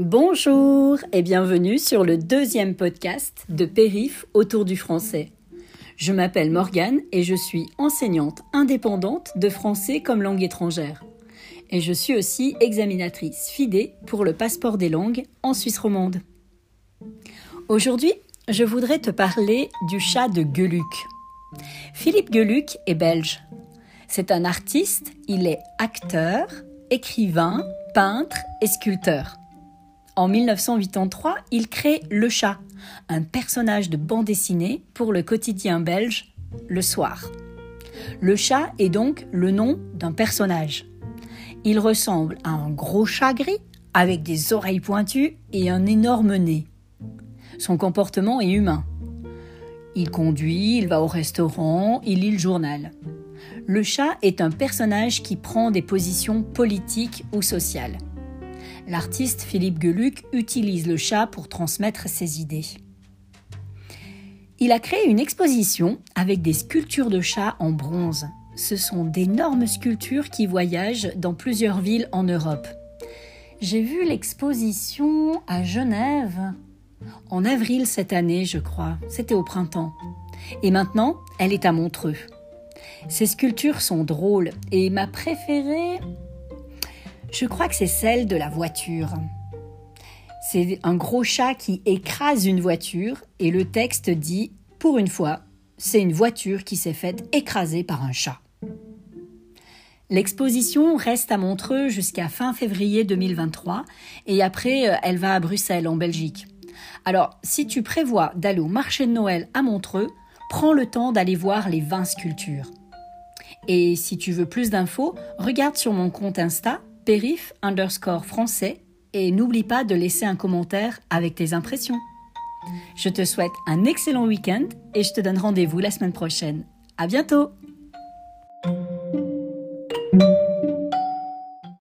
Bonjour et bienvenue sur le deuxième podcast de Périph' autour du français. Je m'appelle Morgane et je suis enseignante indépendante de français comme langue étrangère. Et je suis aussi examinatrice FIDE pour le passeport des langues en Suisse romande. Aujourd'hui, je voudrais te parler du chat de Geluck. Philippe Geluck est belge. C'est un artiste, il est acteur, écrivain, peintre et sculpteur. En 1983, il crée Le Chat, un personnage de bande dessinée pour le quotidien belge Le Soir. Le chat est donc le nom d'un personnage. Il ressemble à un gros chat gris avec des oreilles pointues et un énorme nez. Son comportement est humain. Il conduit, il va au restaurant, il lit le journal. Le chat est un personnage qui prend des positions politiques ou sociales. L'artiste Philippe Geluck utilise le chat pour transmettre ses idées. Il a créé une exposition avec des sculptures de chats en bronze. Ce sont d'énormes sculptures qui voyagent dans plusieurs villes en Europe. J'ai vu l'exposition à Genève en avril cette année, je crois. C'était au printemps. Et maintenant, elle est à Montreux. Ces sculptures sont drôles et ma préférée, je crois que c'est celle de la voiture. C'est un gros chat qui écrase une voiture et le texte dit « Pour une fois, c'est une voiture qui s'est faite écraser par un chat ». L'exposition reste à Montreux jusqu'à fin février 2023 et après, elle va à Bruxelles, en Belgique. Alors, si tu prévois d'aller au marché de Noël à Montreux, prends le temps d'aller voir les 20 sculptures. Et si tu veux plus d'infos, regarde sur mon compte Insta, Périph_français, et n'oublie pas de laisser un commentaire avec tes impressions. Je te souhaite un excellent week-end et je te donne rendez-vous la semaine prochaine. À bientôt!